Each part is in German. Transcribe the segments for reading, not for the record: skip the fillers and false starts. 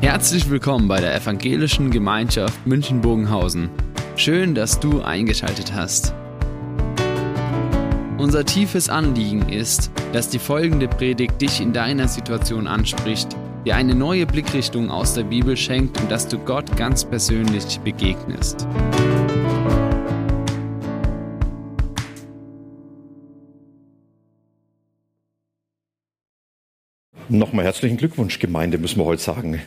Herzlich willkommen bei der Evangelischen Gemeinschaft München-Bogenhausen. Schön, dass du eingeschaltet hast. Unser tiefes Anliegen ist, dass die folgende Predigt dich in deiner Situation anspricht, dir eine neue Blickrichtung aus der Bibel schenkt und dass du Gott ganz persönlich begegnest. Nochmal herzlichen Glückwunsch, Gemeinde, müssen wir heute sagen.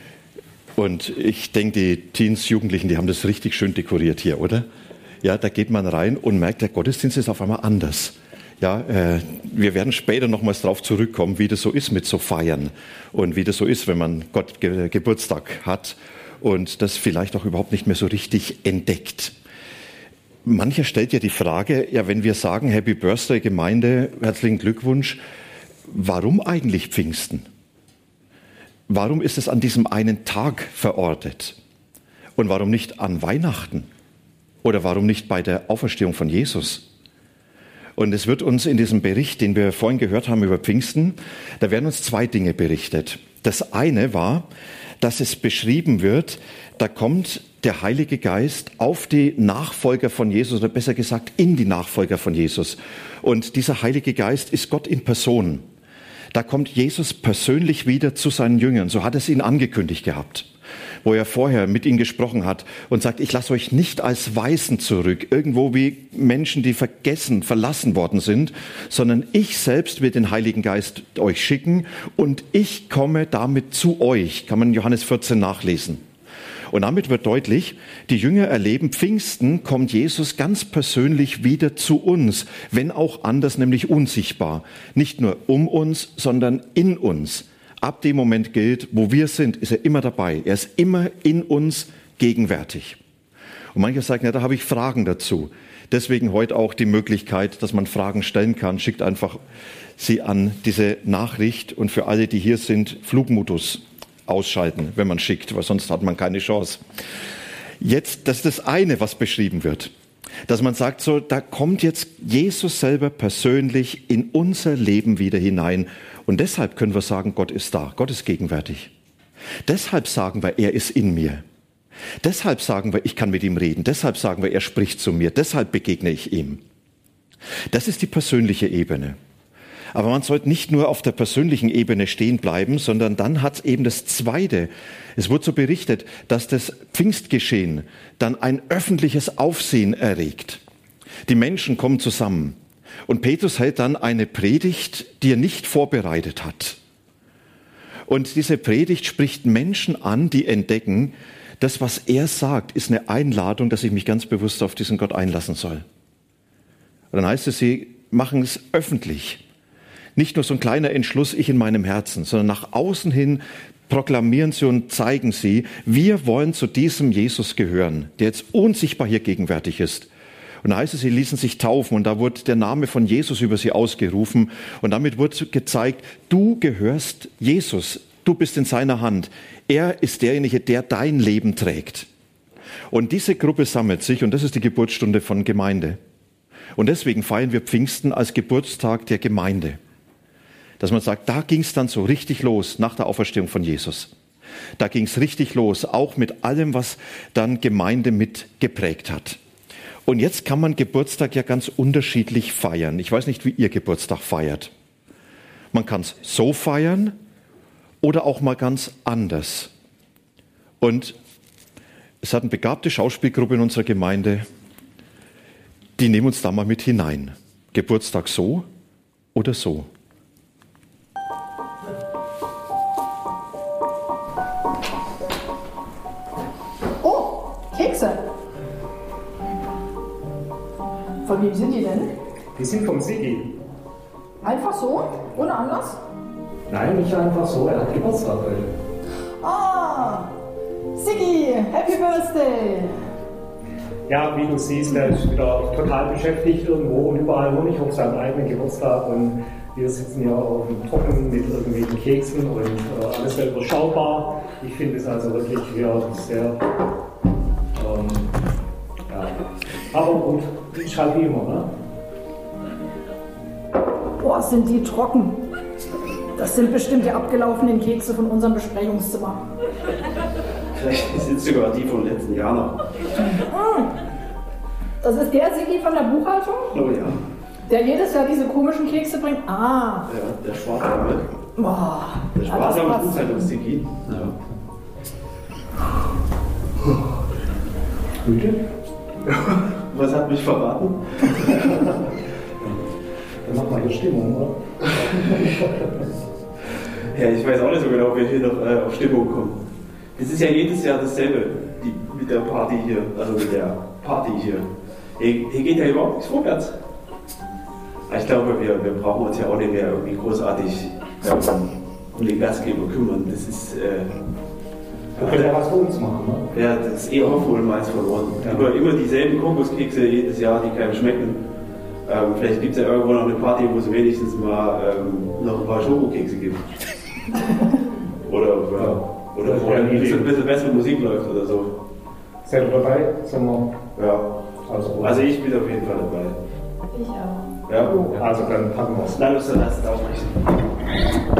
Und ich denke, die Teens, Jugendlichen, die haben das richtig schön dekoriert hier, oder? Ja, da geht man rein und merkt, der Gottesdienst ist auf einmal anders. Ja, wir werden später nochmals drauf zurückkommen, wie das so ist mit so Feiern und wie das so ist, wenn man Gott Geburtstag hat und das vielleicht auch überhaupt nicht mehr so richtig entdeckt. Mancher stellt ja die Frage, ja, wenn wir sagen, Happy Birthday Gemeinde, herzlichen Glückwunsch, warum eigentlich Pfingsten? Warum ist es an diesem einen Tag verortet? Und warum nicht an Weihnachten? Oder warum nicht bei der Auferstehung von Jesus? Und es wird uns in diesem Bericht, den wir vorhin gehört haben über Pfingsten, da werden uns zwei Dinge berichtet. Das eine war, dass es beschrieben wird, da kommt der Heilige Geist auf die Nachfolger von Jesus, oder besser gesagt in die Nachfolger von Jesus. Und dieser Heilige Geist ist Gott in Person. Da kommt Jesus persönlich wieder zu seinen Jüngern. So hat es ihnen angekündigt gehabt, wo er vorher mit ihnen gesprochen hat und sagt, ich lasse euch nicht als Waisen zurück, irgendwo wie Menschen, die verlassen worden sind, sondern ich selbst will den Heiligen Geist euch schicken und ich komme damit zu euch. Kann man in Johannes 14 nachlesen. Und damit wird deutlich, die Jünger erleben, Pfingsten kommt Jesus ganz persönlich wieder zu uns, wenn auch anders, nämlich unsichtbar. Nicht nur um uns, sondern in uns. Ab dem Moment gilt, wo wir sind, ist er immer dabei. Er ist immer in uns gegenwärtig. Und manche sagen, ja, da habe ich Fragen dazu. Deswegen heute auch die Möglichkeit, dass man Fragen stellen kann. Schickt einfach sie an diese Nachricht und für alle, die hier sind, Flugmodus ausschalten, wenn man schickt, weil sonst hat man keine Chance. Jetzt, das ist das eine, was beschrieben wird. Dass man sagt, so, da kommt jetzt Jesus selber persönlich in unser Leben wieder hinein. Und deshalb können wir sagen, Gott ist da, Gott ist gegenwärtig. Deshalb sagen wir, er ist in mir. Deshalb sagen wir, ich kann mit ihm reden. Deshalb sagen wir, er spricht zu mir. Deshalb begegne ich ihm. Das ist die persönliche Ebene. Aber man sollte nicht nur auf der persönlichen Ebene stehen bleiben, sondern dann hat es eben das Zweite. Es wurde so berichtet, dass das Pfingstgeschehen dann ein öffentliches Aufsehen erregt. Die Menschen kommen zusammen und Petrus hält dann eine Predigt, die er nicht vorbereitet hat. Und diese Predigt spricht Menschen an, die entdecken, das, was er sagt, ist eine Einladung, dass ich mich ganz bewusst auf diesen Gott einlassen soll. Und dann heißt es, sie machen es öffentlich. Nicht nur so ein kleiner Entschluss, ich in meinem Herzen, sondern nach außen hin proklamieren sie und zeigen sie, wir wollen zu diesem Jesus gehören, der jetzt unsichtbar hier gegenwärtig ist. Und da heißt es, sie ließen sich taufen und da wurde der Name von Jesus über sie ausgerufen und damit wurde gezeigt, du gehörst Jesus, du bist in seiner Hand. Er ist derjenige, der dein Leben trägt. Und diese Gruppe sammelt sich und das ist die Geburtsstunde von Gemeinde. Und deswegen feiern wir Pfingsten als Geburtstag der Gemeinde. Dass man sagt, da ging es dann so richtig los nach der Auferstehung von Jesus. Da ging es richtig los, auch mit allem, was dann Gemeinde mit geprägt hat. Und jetzt kann man Geburtstag ja ganz unterschiedlich feiern. Ich weiß nicht, wie ihr Geburtstag feiert. Man kann es so feiern oder auch mal ganz anders. Und es hat eine begabte Schauspielgruppe in unserer Gemeinde, die nehmen uns da mal mit hinein. Geburtstag so oder so. Kekse. Von wem sind die denn? Die sind vom Siggi. Einfach so? Ohne Anlass? Nein, nicht einfach so, er hat Geburtstag heute. Ah, Siggi, Happy Birthday! Ja, wie du siehst, er ist wieder total beschäftigt irgendwo und überall, nur nicht auf seinem eigenen Geburtstag. Und wir sitzen hier auf dem Trockenen mit irgendwelchen Keksen und alles sehr überschaubar. Ich finde es also wirklich hier sehr... ja. Aber gut, ist halt wie immer, ne? Boah, sind die trocken. Das sind bestimmt die abgelaufenen Kekse von unserem Besprechungszimmer. Vielleicht sind es sogar die vom letzten Jahr noch. Das ist der Sigi von der Buchhaltung, Oh ja. der jedes Jahr diese komischen Kekse bringt. Ah, Ja, der Schwarzarme. boah. Der Ja, das Schwarzarme passt. Buchhaltungssigi. Ja. Müde? Was hat mich verraten? Dann macht man hier Stimmung, oder? Ja, ich weiß auch nicht so genau, wie wir hier noch auf Stimmung kommen. Es ist ja jedes Jahr dasselbe mit der Party hier, also mit der Party hier. Hier geht ja überhaupt nichts vorwärts. Aber ich glaube, wir brauchen uns ja auch nicht mehr irgendwie großartig um den Gastgeber kümmern. Das ist, Da könnte er was für uns machen, ne? ja, das ist aufholen meist verloren. Ja. Immer dieselben Kokoskekse jedes Jahr, die keinem schmecken. Vielleicht gibt es ja irgendwo noch eine Party, wo es wenigstens mal noch ein paar Schokokekse gibt. Oder wo ein bisschen bessere Musik läuft oder so. Seid ihr dabei? Sind wir Ja. also Ich bin auf jeden Fall dabei. Ich auch. Ja. also dann packen wir es. Dann müsst ihr das aufrichten.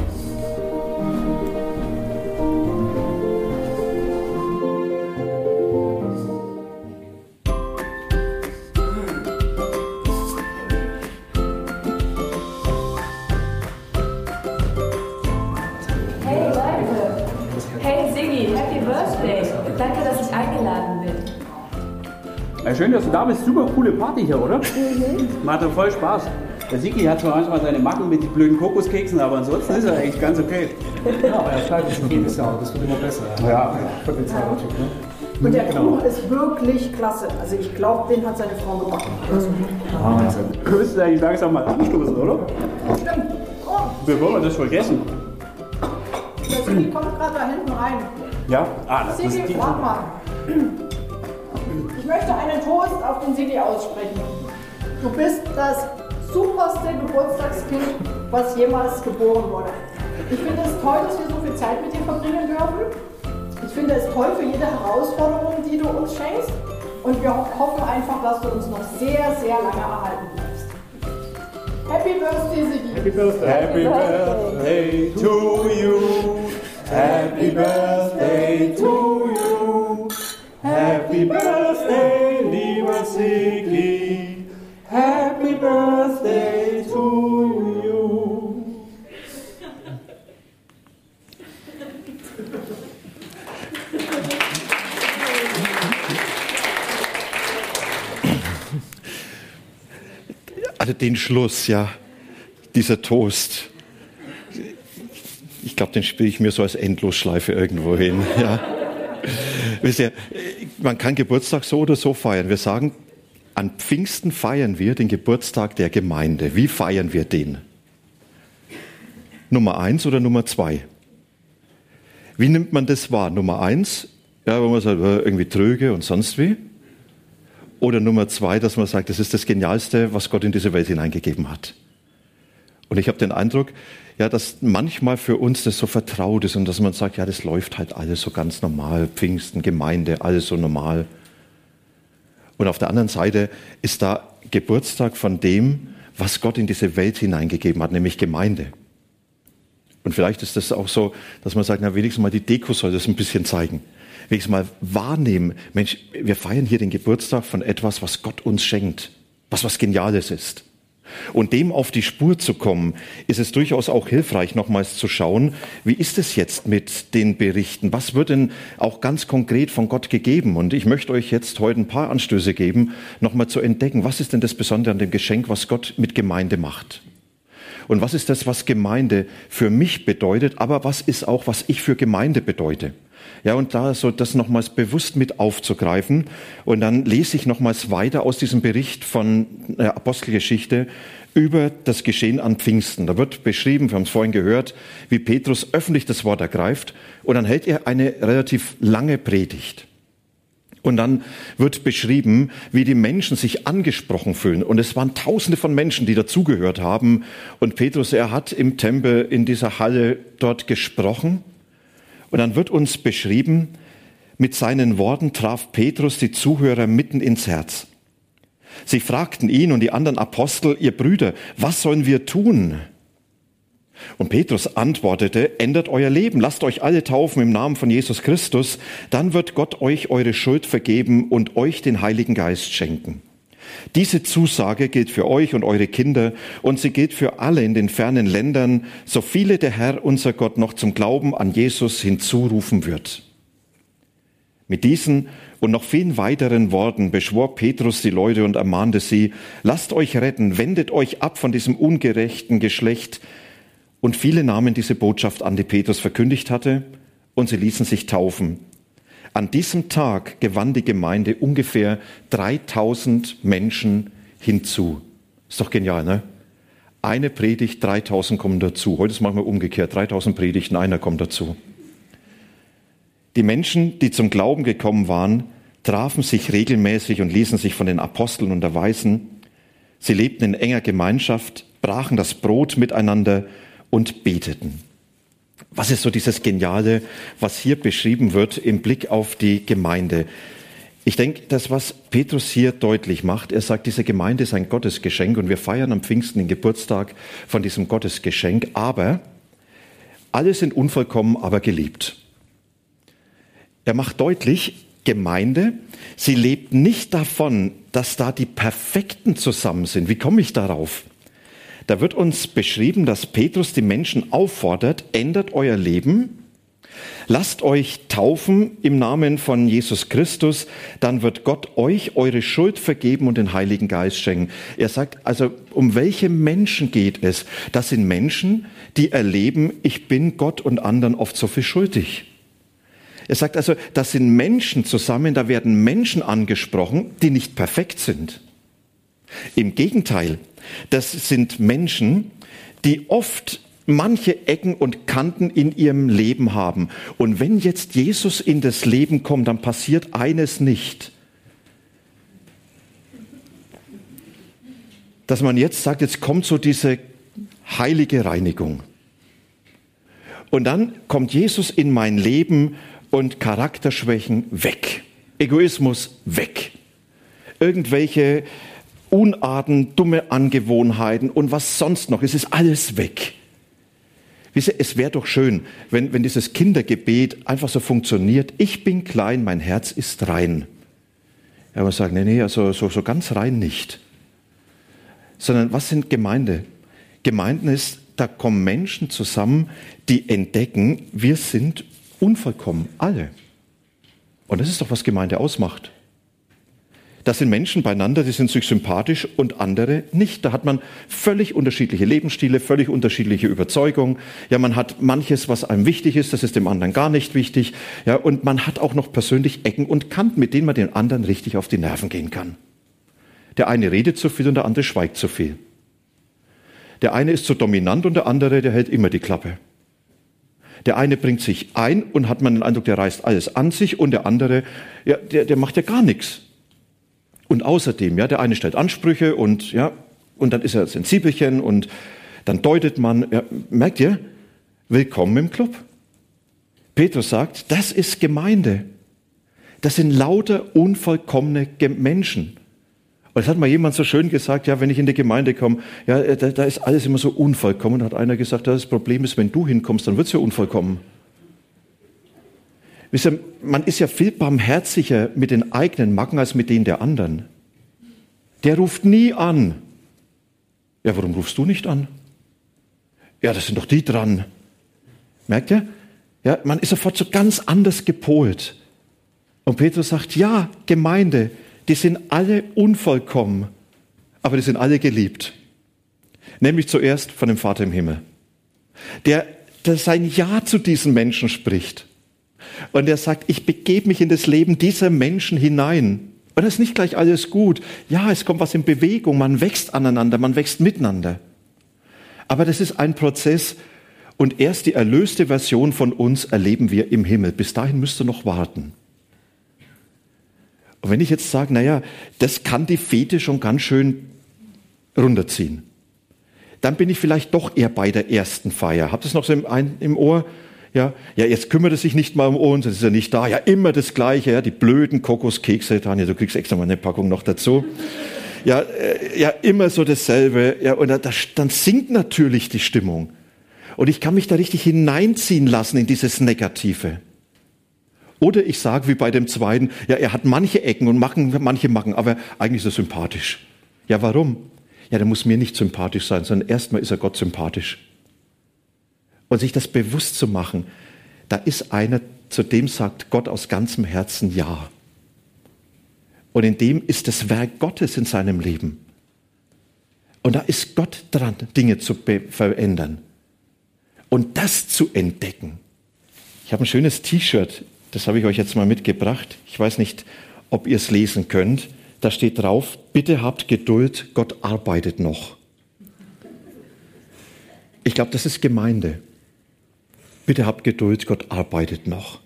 Hey Leute! Hey Siggi, Happy Birthday! Danke, dass ich eingeladen bin. Ja, schön, dass du da bist. Super coole Party hier, oder? Macht doch voll Spaß. Der Sigi hat zwar manchmal seine Macken mit den blöden Kokoskeksen, aber ansonsten ist er eigentlich ganz okay. Ja, aber er steigt schon jedes Jahr, das wird immer besser. Ja. Potenzieller Typ, ne? Und der Kuchen ist wirklich klasse. Also ich glaube, den hat seine Frau gebacken. Wir müssen eigentlich langsam mal anstoßen, oder? Stimmt. Oh, Bevor wir das vergessen. der Sigi kommt gerade da hinten rein. Ja? Ah, das ist Sigi, die. frag mal. Ich möchte einen Toast auf den Sigi aussprechen. Du bist das superste Geburtstagskind, was jemals geboren wurde. Ich finde es toll, dass wir so viel Zeit mit dir verbringen dürfen. Ich finde es toll für jede Herausforderung, die du uns schenkst. Und wir hoffen einfach, dass du uns noch sehr, sehr lange erhalten bleibst. Happy Birthday, Sigi! Happy Birthday! Happy Birthday to you. Happy Birthday to you. Happy Birthday, lieber Sigi. Happy Birthday to you. Also den Schluss, ja, dieser Toast. Ich glaube, den spiele ich mir so als Endlosschleife irgendwo hin. Ja. Wisst ihr, man kann Geburtstag so oder so feiern. Wir sagen, an Pfingsten feiern wir den Geburtstag der Gemeinde. Wie feiern wir den? Nummer 1 oder Nummer 2? Wie nimmt man das wahr? Nummer 1, ja, wo man sagt, irgendwie tröge und sonst wie. Oder Nummer 2, dass man sagt, das ist das Genialste, was Gott in diese Welt hineingegeben hat. Und ich habe den Eindruck, ja, dass manchmal für uns das so vertraut ist und dass man sagt, ja, das läuft halt alles so ganz normal, Pfingsten, Gemeinde, alles so normal. Und auf der anderen Seite ist da Geburtstag von dem, was Gott in diese Welt hineingegeben hat, nämlich Gemeinde. Und vielleicht ist das auch so, dass man sagt, na, wenigstens mal die Deko soll das ein bisschen zeigen. Wenigstens mal wahrnehmen, Mensch, wir feiern hier den Geburtstag von etwas, was Gott uns schenkt, was Geniales ist. Und dem auf die Spur zu kommen, ist es durchaus auch hilfreich, nochmals zu schauen, wie ist es jetzt mit den Berichten? Was wird denn auch ganz konkret von Gott gegeben? Und ich möchte euch jetzt heute ein paar Anstöße geben, nochmal zu entdecken, was ist denn das Besondere an dem Geschenk, was Gott mit Gemeinde macht? Und was ist das, was Gemeinde für mich bedeutet, aber was ist auch, was ich für Gemeinde bedeute? Ja, und da so das nochmals bewusst mit aufzugreifen. Und dann lese ich nochmals weiter aus diesem Bericht von der Apostelgeschichte über das Geschehen an Pfingsten. Da wird beschrieben, wir haben es vorhin gehört, wie Petrus öffentlich das Wort ergreift. Und dann hält er eine relativ lange Predigt. Und dann wird beschrieben, wie die Menschen sich angesprochen fühlen. Und es waren Tausende von Menschen, die dazugehört haben. Und Petrus, er hat im Tempel in dieser Halle dort gesprochen. Und dann wird uns beschrieben, mit seinen Worten traf Petrus die Zuhörer mitten ins Herz. Sie fragten ihn und die anderen Apostel, ihr Brüder, was sollen wir tun? Und Petrus antwortete, ändert euer Leben, lasst euch alle taufen im Namen von Jesus Christus, dann wird Gott euch eure Schuld vergeben und euch den Heiligen Geist schenken. Diese Zusage gilt für euch und eure Kinder und sie gilt für alle in den fernen Ländern, so viele der Herr, unser Gott, noch zum Glauben an Jesus hinzurufen wird. Mit diesen und noch vielen weiteren Worten beschwor Petrus die Leute und ermahnte sie, lasst euch retten, wendet euch ab von diesem ungerechten Geschlecht. Und viele nahmen diese Botschaft an, die Petrus verkündigt hatte, und sie ließen sich taufen. An diesem Tag gewann die Gemeinde ungefähr 3000 Menschen hinzu. Ist doch genial, ne? Eine Predigt, 3000 kommen dazu. Heute ist es manchmal umgekehrt, 3000 Predigten, einer kommt dazu. Die Menschen, die zum Glauben gekommen waren, trafen sich regelmäßig und ließen sich von den Aposteln unterweisen. Sie lebten in enger Gemeinschaft, brachen das Brot miteinander und beteten. Was ist so dieses Geniale, was hier beschrieben wird im Blick auf die Gemeinde? Ich denke, das, was Petrus hier deutlich macht, er sagt, diese Gemeinde ist ein Gottesgeschenk und wir feiern am Pfingsten den Geburtstag von diesem Gottesgeschenk, aber alle sind unvollkommen, aber geliebt. Er macht deutlich, Gemeinde, sie lebt nicht davon, dass da die Perfekten zusammen sind. Wie komme ich darauf? Da wird uns beschrieben, dass Petrus die Menschen auffordert, ändert euer Leben, lasst euch taufen im Namen von Jesus Christus, dann wird Gott euch eure Schuld vergeben und den Heiligen Geist schenken. Er sagt also, um welche Menschen geht es? Das sind Menschen, die erleben, ich bin Gott und anderen oft so viel schuldig. Er sagt also, das sind Menschen zusammen, da werden Menschen angesprochen, die nicht perfekt sind. Im Gegenteil, das sind Menschen, die oft manche Ecken und Kanten in ihrem Leben haben. Und wenn jetzt Jesus in das Leben kommt, dann passiert eines nicht. Dass man jetzt sagt, jetzt kommt so diese heilige Reinigung. Und dann kommt Jesus in mein Leben und Charakterschwächen weg. Egoismus weg. Irgendwelche Unarten, dumme Angewohnheiten und was sonst noch. Es ist alles weg. Wisst ihr, es wäre doch schön, wenn dieses Kindergebet einfach so funktioniert. Ich bin klein, mein Herz ist rein. Ja, man sagt, nee, also so ganz rein nicht. Sondern was sind Gemeinde? Gemeinden ist, da kommen Menschen zusammen, die entdecken, wir sind unvollkommen, alle. Und das ist doch, was Gemeinde ausmacht. Das sind Menschen beieinander, die sind sich sympathisch und andere nicht. Da hat man völlig unterschiedliche Lebensstile, völlig unterschiedliche Überzeugungen. Ja, man hat manches, was einem wichtig ist, das ist dem anderen gar nicht wichtig. Ja, und man hat auch noch persönlich Ecken und Kanten, mit denen man den anderen richtig auf die Nerven gehen kann. Der eine redet zu viel und der andere schweigt zu viel. Der eine ist zu dominant und der andere, der hält immer die Klappe. Der eine bringt sich ein und hat man den Eindruck, der reißt alles an sich und der andere, ja, der macht ja gar nichts. Und außerdem, ja, der eine stellt Ansprüche und dann ist er Sensibelchen und dann deutet man, ja, merkt ihr, willkommen im Club. Petrus sagt, das ist Gemeinde. Das sind lauter unvollkommene Menschen. Und das hat mal jemand so schön gesagt, ja, wenn ich in die Gemeinde komme, ja, da ist alles immer so unvollkommen. Da hat einer gesagt, das Problem ist, wenn du hinkommst, dann wird es ja unvollkommen. Wisst ihr, man ist ja viel barmherziger mit den eigenen Macken als mit denen der anderen. Der ruft nie an. Ja, warum rufst du nicht an? Ja, das sind doch die dran. Merkt ihr? Ja, man ist sofort so ganz anders gepolt. Und Petrus sagt, ja, Gemeinde, die sind alle unvollkommen, aber die sind alle geliebt. Nämlich zuerst von dem Vater im Himmel, der sein Ja zu diesen Menschen spricht. Und er sagt, ich begebe mich in das Leben dieser Menschen hinein. Und das ist nicht gleich alles gut. Ja, es kommt was in Bewegung, man wächst aneinander, man wächst miteinander. Aber das ist ein Prozess und erst die erlöste Version von uns erleben wir im Himmel. Bis dahin müsst ihr noch warten. Und wenn ich jetzt sage, naja, das kann die Fete schon ganz schön runterziehen, dann bin ich vielleicht doch eher bei der ersten Feier. Habt ihr es noch so im Ohr? Ja, jetzt kümmert es sich nicht mal um uns, es ist ja nicht da. Ja, immer das Gleiche, ja, die blöden Kokoskekse. Tanja, du kriegst extra mal eine Packung noch dazu. Ja, immer so dasselbe. Ja, und dann sinkt natürlich die Stimmung. Und ich kann mich da richtig hineinziehen lassen in dieses Negative. Oder ich sage wie bei dem zweiten, ja, er hat manche Ecken und manche Macken, aber eigentlich ist er sympathisch. Ja, warum? Ja, der muss mir nicht sympathisch sein, sondern erstmal ist er Gott sympathisch. Und sich das bewusst zu machen, da ist einer, zu dem sagt Gott aus ganzem Herzen Ja. Und in dem ist das Werk Gottes in seinem Leben. Und da ist Gott dran, Dinge zu verändern. Und das zu entdecken. Ich habe ein schönes T-Shirt, das habe ich euch jetzt mal mitgebracht. Ich weiß nicht, ob ihr es lesen könnt. Da steht drauf, bitte habt Geduld, Gott arbeitet noch. Ich glaube, das ist Gemeinde. Bitte habt Geduld, Gott arbeitet noch.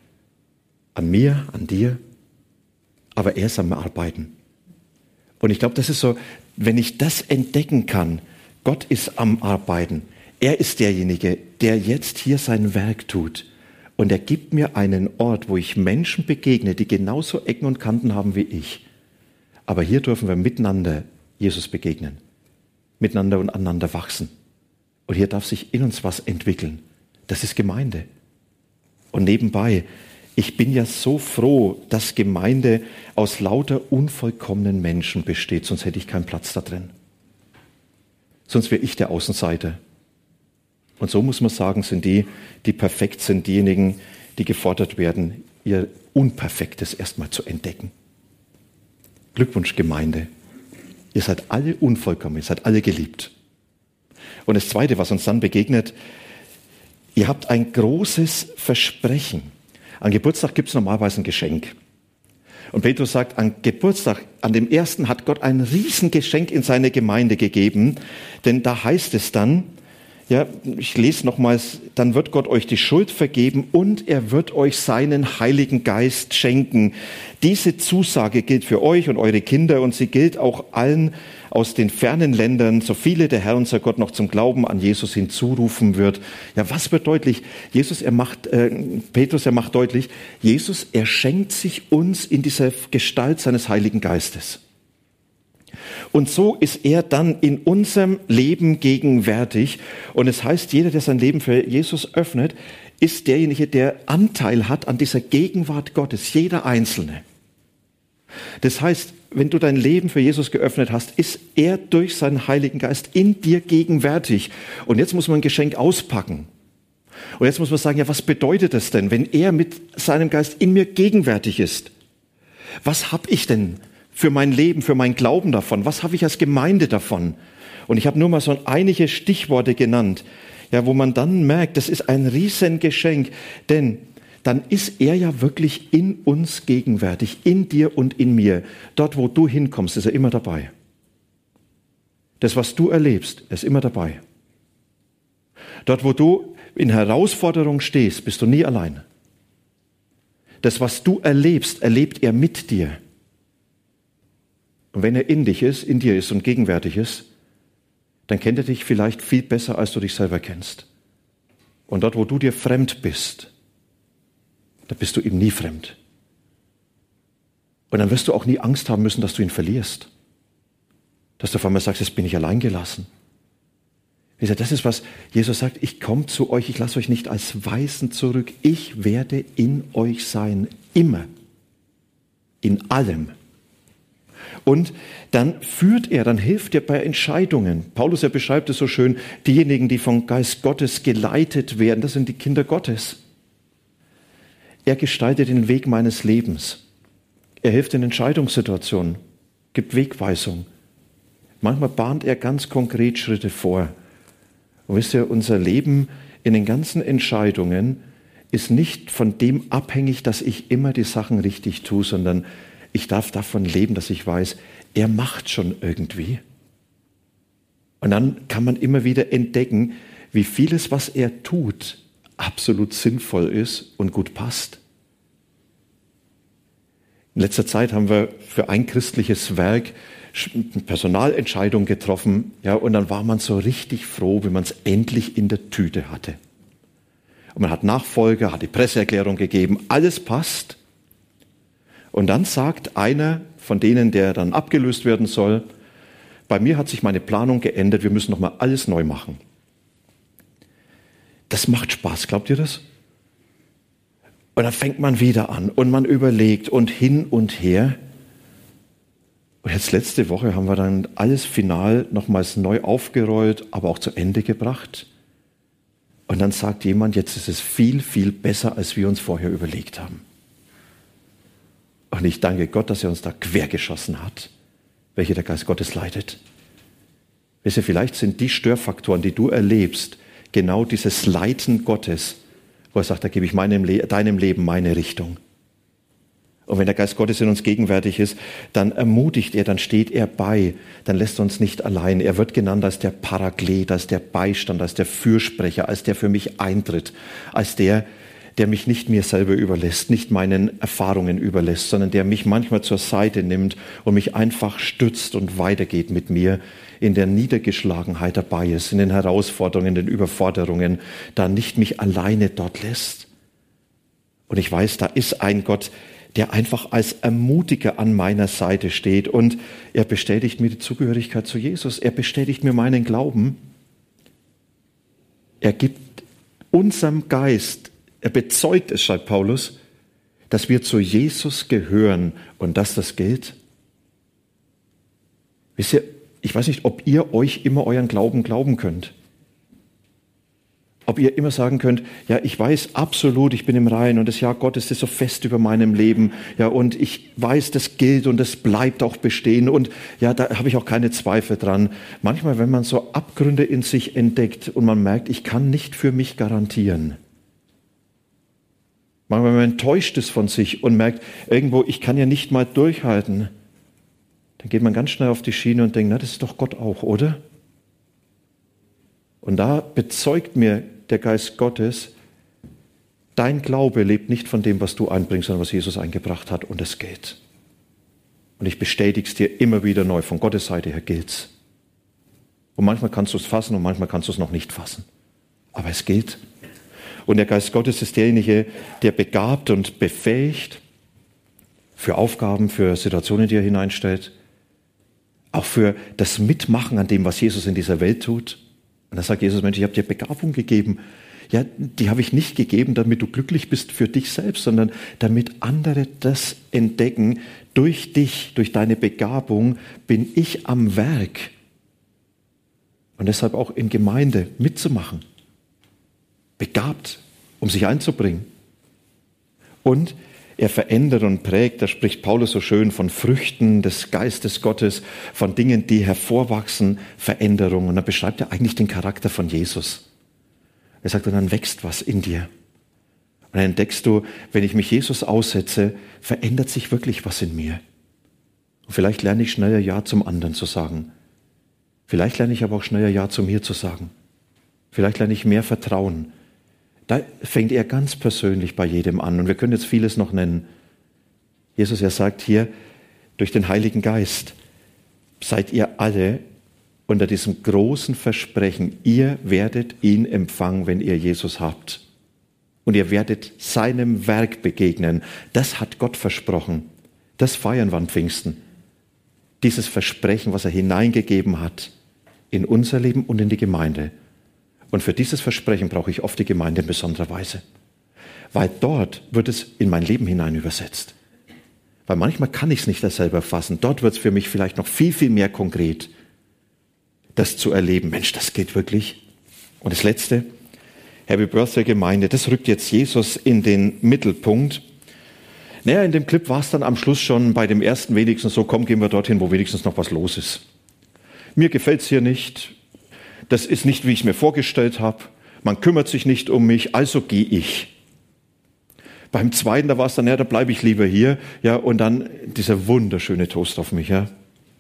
An mir, an dir, aber er ist am Arbeiten. Und ich glaube, das ist so, wenn ich das entdecken kann, Gott ist am Arbeiten. Er ist derjenige, der jetzt hier sein Werk tut. Und er gibt mir einen Ort, wo ich Menschen begegne, die genauso Ecken und Kanten haben wie ich. Aber hier dürfen wir miteinander Jesus begegnen. Miteinander und aneinander wachsen. Und hier darf sich in uns was entwickeln. Das ist Gemeinde. Und nebenbei, ich bin ja so froh, dass Gemeinde aus lauter unvollkommenen Menschen besteht, sonst hätte ich keinen Platz da drin. Sonst wäre ich der Außenseiter. Und so muss man sagen, sind die perfekt sind, diejenigen, die gefordert werden, ihr Unperfektes erstmal zu entdecken. Glückwunsch, Gemeinde. Ihr seid alle unvollkommen, ihr seid alle geliebt. Und das Zweite, was uns dann begegnet, ihr habt ein großes Versprechen. An Geburtstag gibt es normalerweise ein Geschenk. Und Petrus sagt, an Geburtstag, an dem ersten hat Gott ein Riesengeschenk in seine Gemeinde gegeben. Denn da heißt es dann, ja, ich lese nochmals, dann wird Gott euch die Schuld vergeben und er wird euch seinen Heiligen Geist schenken. Diese Zusage gilt für euch und eure Kinder und sie gilt auch allen aus den fernen Ländern, so viele der Herr, unser Gott, noch zum Glauben an Jesus hinzurufen wird. Ja, was wird deutlich? Petrus, er macht deutlich, Jesus, er schenkt sich uns in dieser Gestalt seines Heiligen Geistes. Und so ist er dann in unserem Leben gegenwärtig. Und es heißt, jeder, der sein Leben für Jesus öffnet, ist derjenige, der Anteil hat an dieser Gegenwart Gottes, jeder Einzelne. Das heißt, wenn du dein Leben für Jesus geöffnet hast, ist er durch seinen Heiligen Geist in dir gegenwärtig. Und jetzt muss man ein Geschenk auspacken. Und jetzt muss man sagen, ja, was bedeutet das denn, wenn er mit seinem Geist in mir gegenwärtig ist? Was habe ich denn für mein Leben, für mein Glauben davon? Was habe ich als Gemeinde davon? Und ich habe nur mal so einige Stichworte genannt, ja, wo man dann merkt, das ist ein Riesengeschenk, denn dann ist er ja wirklich in uns gegenwärtig, in dir und in mir. Dort, wo du hinkommst, ist er immer dabei. Das, was du erlebst, ist immer dabei. Dort, wo du in Herausforderung stehst, bist du nie allein. Das, was du erlebst, erlebt er mit dir. Und wenn er in dich ist, in dir ist und gegenwärtig ist, dann kennt er dich vielleicht viel besser, als du dich selber kennst. Und dort, wo du dir fremd bist, da bist du ihm nie fremd. Und dann wirst du auch nie Angst haben müssen, dass du ihn verlierst. Dass du auf einmal sagst, jetzt bin ich allein gelassen. Wie gesagt, das ist, was Jesus sagt, ich komme zu euch, ich lasse euch nicht als Waisen zurück. Ich werde in euch sein, immer, in allem. Und dann dann hilft er bei Entscheidungen. Paulus, er beschreibt es so schön, diejenigen, die vom Geist Gottes geleitet werden, das sind die Kinder Gottes. Er gestaltet den Weg meines Lebens. Er hilft in Entscheidungssituationen, gibt Wegweisung. Manchmal bahnt er ganz konkret Schritte vor. Und wisst ihr, unser Leben in den ganzen Entscheidungen ist nicht von dem abhängig, dass ich immer die Sachen richtig tue, sondern ich darf davon leben, dass ich weiß, er macht schon irgendwie. Und dann kann man immer wieder entdecken, wie vieles, was er tut, absolut sinnvoll ist und gut passt. In letzter Zeit haben wir für ein christliches Werk Personalentscheidungen getroffen, ja, und dann war man so richtig froh, wenn man es endlich in der Tüte hatte. Und man hat Nachfolger, hat die Presseerklärung gegeben, alles passt. Und dann sagt einer von denen, der dann abgelöst werden soll, bei mir hat sich meine Planung geändert, wir müssen nochmal alles neu machen. Das macht Spaß, glaubt ihr das? Und dann fängt man wieder an und man überlegt und hin und her. Und jetzt letzte Woche haben wir dann alles final nochmals neu aufgerollt, aber auch zu Ende gebracht. Und dann sagt jemand, jetzt ist es viel, viel besser, als wir uns vorher überlegt haben. Und ich danke Gott, dass er uns da quergeschossen hat, welche der Geist Gottes leitet. Wisst ihr, vielleicht sind die Störfaktoren, die du erlebst, genau dieses Leiten Gottes, wo er sagt, da gebe ich deinem Leben meine Richtung. Und wenn der Geist Gottes in uns gegenwärtig ist, dann ermutigt er, dann steht er bei, dann lässt er uns nicht allein. Er wird genannt als der Paraklet, als der Beistand, als der Fürsprecher, als der für mich eintritt, als der mich nicht mir selber überlässt, nicht meinen Erfahrungen überlässt, sondern der mich manchmal zur Seite nimmt und mich einfach stützt und weitergeht mit mir, in der Niedergeschlagenheit dabei ist, in den Herausforderungen, in den Überforderungen, da nicht mich alleine dort lässt. Und ich weiß, da ist ein Gott, der einfach als Ermutiger an meiner Seite steht und er bestätigt mir die Zugehörigkeit zu Jesus. Er bestätigt mir meinen Glauben. Er gibt unserem Geist, er bezeugt es, schreibt Paulus, dass wir zu Jesus gehören und dass das gilt. Wisst ihr, ich weiß nicht, ob ihr euch immer euren Glauben glauben könnt. Ob ihr immer sagen könnt, ja, ich weiß absolut, ich bin im Reinen und das Ja Gottes ist so fest über meinem Leben. Ja, und ich weiß, das gilt und das bleibt auch bestehen und ja, da habe ich auch keine Zweifel dran. Manchmal, wenn man so Abgründe in sich entdeckt und man merkt, ich kann nicht für mich garantieren. Manchmal, wenn man enttäuscht ist von sich und merkt, irgendwo, ich kann ja nicht mal durchhalten, dann geht man ganz schnell auf die Schiene und denkt, na, das ist doch Gott auch, oder? Und da bezeugt mir der Geist Gottes, dein Glaube lebt nicht von dem, was du einbringst, sondern was Jesus eingebracht hat und es gilt. Und ich bestätige es dir immer wieder neu, von Gottes Seite her gilt's. Und manchmal kannst du es fassen und manchmal kannst du es noch nicht fassen. Aber es gilt. Und der Geist Gottes ist derjenige, der begabt und befähigt für Aufgaben, für Situationen, die er hineinstellt, auch für das Mitmachen an dem, was Jesus in dieser Welt tut. Und da sagt Jesus, Mensch, ich habe dir Begabung gegeben. Ja, die habe ich nicht gegeben, damit du glücklich bist für dich selbst, sondern damit andere das entdecken. Durch dich, durch deine Begabung bin ich am Werk. Und deshalb auch in Gemeinde mitzumachen. Begabt, um sich einzubringen. Und er verändert und prägt, da spricht Paulus so schön von Früchten des Geistes Gottes, von Dingen, die hervorwachsen, Veränderung. Und dann beschreibt er eigentlich den Charakter von Jesus. Er sagt, und dann wächst was in dir. Und dann entdeckst du, wenn ich mich Jesus aussetze, verändert sich wirklich was in mir. Und vielleicht lerne ich schneller Ja zum anderen zu sagen. Vielleicht lerne ich aber auch schneller Ja zu mir zu sagen. Vielleicht lerne ich mehr Vertrauen. Da fängt er ganz persönlich bei jedem an. Und wir können jetzt vieles noch nennen. Jesus, er sagt hier, durch den Heiligen Geist seid ihr alle unter diesem großen Versprechen, ihr werdet ihn empfangen, wenn ihr Jesus habt. Und ihr werdet seinem Werk begegnen. Das hat Gott versprochen. Das feiern wir an Pfingsten. Dieses Versprechen, was er hineingegeben hat in unser Leben und in die Gemeinde. Und für dieses Versprechen brauche ich oft die Gemeinde in besonderer Weise. Weil dort wird es in mein Leben hinein übersetzt. Weil manchmal kann ich es nicht selber fassen. Dort wird es für mich vielleicht noch viel, viel mehr konkret, das zu erleben. Mensch, das geht wirklich. Und das Letzte, Happy Birthday Gemeinde, das rückt jetzt Jesus in den Mittelpunkt. Naja, in dem Clip war es dann am Schluss schon bei dem ersten wenigstens so, komm, gehen wir dorthin, wo wenigstens noch was los ist. Mir gefällt es hier nicht. Das ist nicht, wie ich es mir vorgestellt habe. Man kümmert sich nicht um mich, also gehe ich. Beim zweiten, da war es dann, ja, da bleibe ich lieber hier. Ja, und dann dieser wunderschöne Toast auf mich. Ja.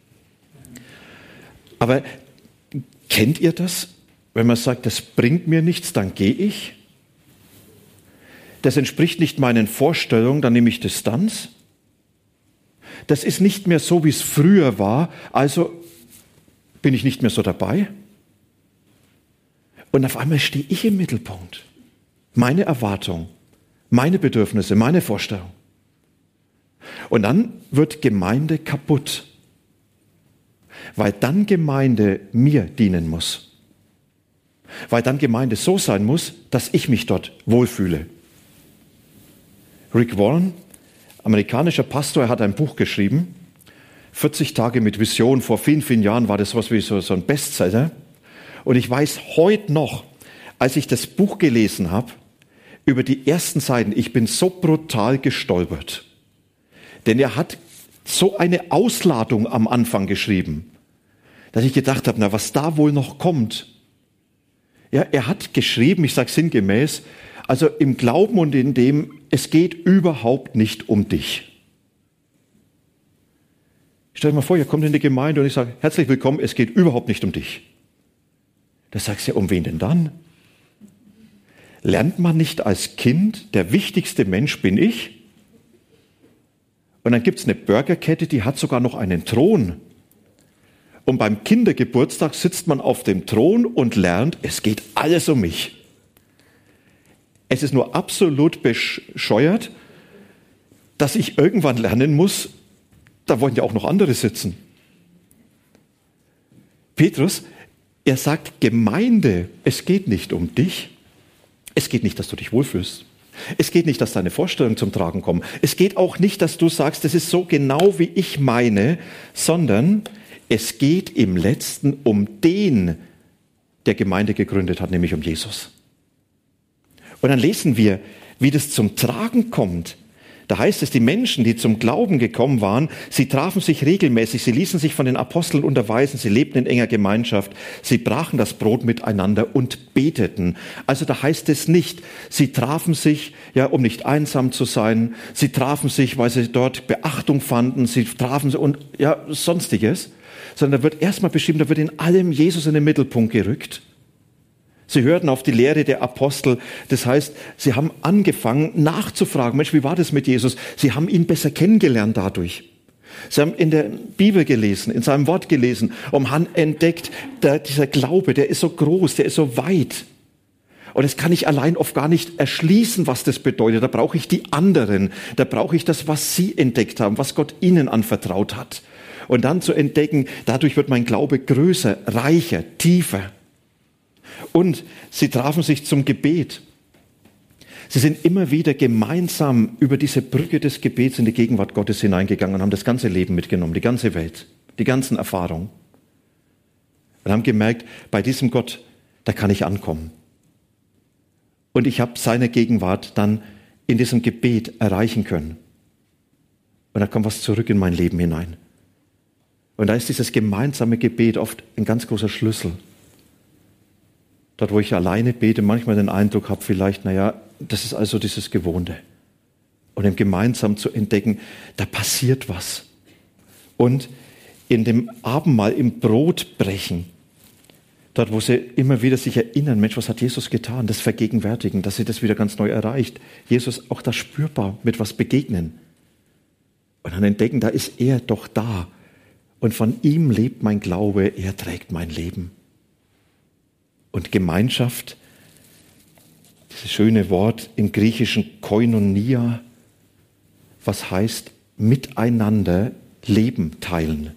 Aber kennt ihr das? Wenn man sagt, das bringt mir nichts, dann gehe ich. Das entspricht nicht meinen Vorstellungen, dann nehme ich Distanz. Das ist nicht mehr so, wie es früher war, also bin ich nicht mehr so dabei. Und auf einmal stehe ich im Mittelpunkt. Meine Erwartung, meine Bedürfnisse, meine Vorstellung. Und dann wird Gemeinde kaputt. Weil dann Gemeinde mir dienen muss. weil dann Gemeinde so sein muss, dass ich mich dort wohlfühle. Rick Warren, amerikanischer Pastor, er hat ein Buch geschrieben, 40 Tage mit Vision. Vor vielen, vielen Jahren war das sowas wie so ein Bestseller. Und ich weiß heute noch, als ich das Buch gelesen habe, über die ersten Seiten, ich bin so brutal gestolpert. Denn er hat so eine Ausladung am Anfang geschrieben, dass ich gedacht habe, na, was da wohl noch kommt. Ja, er hat geschrieben, ich sage sinngemäß, also im Glauben und in dem, es geht überhaupt nicht um dich. Stell dir mal vor, ihr kommt in die Gemeinde und ich sage, herzlich willkommen, es geht überhaupt nicht um dich. Da sagst du ja, um wen denn dann? Lernt man nicht als Kind, der wichtigste Mensch bin ich? Und dann gibt es eine Burgerkette, die hat sogar noch einen Thron. Und beim Kindergeburtstag sitzt man auf dem Thron und lernt, es geht alles um mich. Es ist nur absolut bescheuert, dass ich irgendwann lernen muss, da wollen ja auch noch andere sitzen. Petrus, er sagt, Gemeinde, es geht nicht um dich. Es geht nicht, dass du dich wohlfühlst. Es geht nicht, dass deine Vorstellungen zum Tragen kommen. Es geht auch nicht, dass du sagst, das ist so genau, wie ich meine, sondern es geht im Letzten um den, der Gemeinde gegründet hat, nämlich um Jesus. Und dann lesen wir, wie das zum Tragen kommt. Da heißt es, die Menschen, die zum Glauben gekommen waren, sie trafen sich regelmäßig, sie ließen sich von den Aposteln unterweisen, sie lebten in enger Gemeinschaft, sie brachen das Brot miteinander und beteten. Also da heißt es nicht, sie trafen sich, ja, um nicht einsam zu sein, sie trafen sich, weil sie dort Beachtung fanden, sie trafen sich und ja, sonstiges, sondern da wird erstmal beschrieben, da wird in allem Jesus in den Mittelpunkt gerückt. Sie hörten auf die Lehre der Apostel. Das heißt, sie haben angefangen nachzufragen, Mensch, wie war das mit Jesus? Sie haben ihn besser kennengelernt dadurch. Sie haben in der Bibel gelesen, in seinem Wort gelesen und haben entdeckt, dieser Glaube, der ist so groß, der ist so weit. Und das kann ich allein oft gar nicht erschließen, was das bedeutet. Da brauche ich die anderen. Da brauche ich das, was sie entdeckt haben, was Gott ihnen anvertraut hat. Und dann zu entdecken, dadurch wird mein Glaube größer, reicher, tiefer. Und sie trafen sich zum Gebet. Sie sind immer wieder gemeinsam über diese Brücke des Gebets in die Gegenwart Gottes hineingegangen und haben das ganze Leben mitgenommen, die ganze Welt, die ganzen Erfahrungen. Und haben gemerkt, bei diesem Gott, da kann ich ankommen. Und ich habe seine Gegenwart dann in diesem Gebet erreichen können. Und da kommt was zurück in mein Leben hinein. Und da ist dieses gemeinsame Gebet oft ein ganz großer Schlüssel. Dort, wo ich alleine bete, manchmal den Eindruck habe, vielleicht, naja, das ist also dieses Gewohnte. Und im Gemeinsam zu entdecken, da passiert was. Und in dem Abendmahl, im Brotbrechen, dort, wo sie immer wieder sich erinnern, Mensch, was hat Jesus getan? Das Vergegenwärtigen, dass sie das wieder ganz neu erreicht. Jesus auch da spürbar mit was begegnen. Und dann entdecken, da ist er doch da. Und von ihm lebt mein Glaube, er trägt mein Leben. Und Gemeinschaft, dieses schöne Wort im Griechischen Koinonia, was heißt miteinander Leben teilen.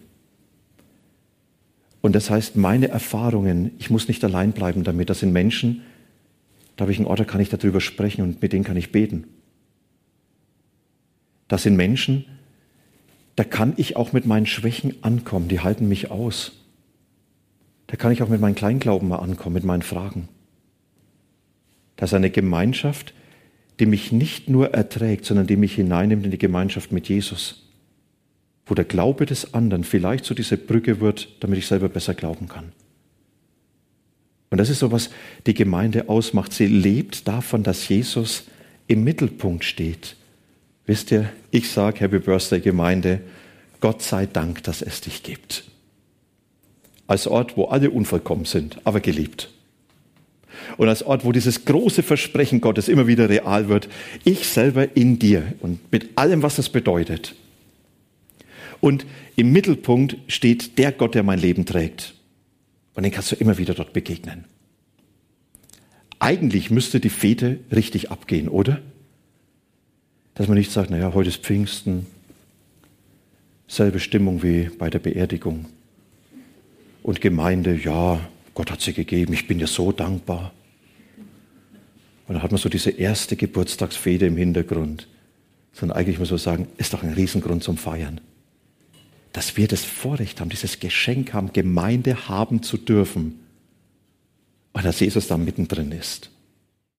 Und das heißt, meine Erfahrungen, ich muss nicht allein bleiben damit. Das sind Menschen, da habe ich einen Ort, da kann ich darüber sprechen und mit denen kann ich beten. Das sind Menschen, da kann ich auch mit meinen Schwächen ankommen, die halten mich aus. Da kann ich auch mit meinem Kleinglauben mal ankommen, mit meinen Fragen. Das ist eine Gemeinschaft, die mich nicht nur erträgt, sondern die mich hineinnimmt in die Gemeinschaft mit Jesus. Wo der Glaube des anderen vielleicht so diese Brücke wird, damit ich selber besser glauben kann. Und das ist so, was die Gemeinde ausmacht. Sie lebt davon, dass Jesus im Mittelpunkt steht. Wisst ihr, ich sage Happy Birthday Gemeinde, Gott sei Dank, dass es dich gibt. Als Ort, wo alle unvollkommen sind, aber geliebt. Und als Ort, wo dieses große Versprechen Gottes immer wieder real wird, ich selber in dir und mit allem, was das bedeutet. Und im Mittelpunkt steht der Gott, der mein Leben trägt. Und den kannst du immer wieder dort begegnen. Eigentlich müsste die Fete richtig abgehen, oder? Dass man nicht sagt, naja, heute ist Pfingsten, selbe Stimmung wie bei der Beerdigung. Und Gemeinde, ja, Gott hat sie gegeben, ich bin dir so dankbar. Und dann hat man so diese erste Geburtstagsfete im Hintergrund. Sondern eigentlich muss man sagen, ist doch ein Riesengrund zum Feiern. Dass wir das Vorrecht haben, dieses Geschenk haben, Gemeinde haben zu dürfen. Und dass Jesus da mittendrin ist.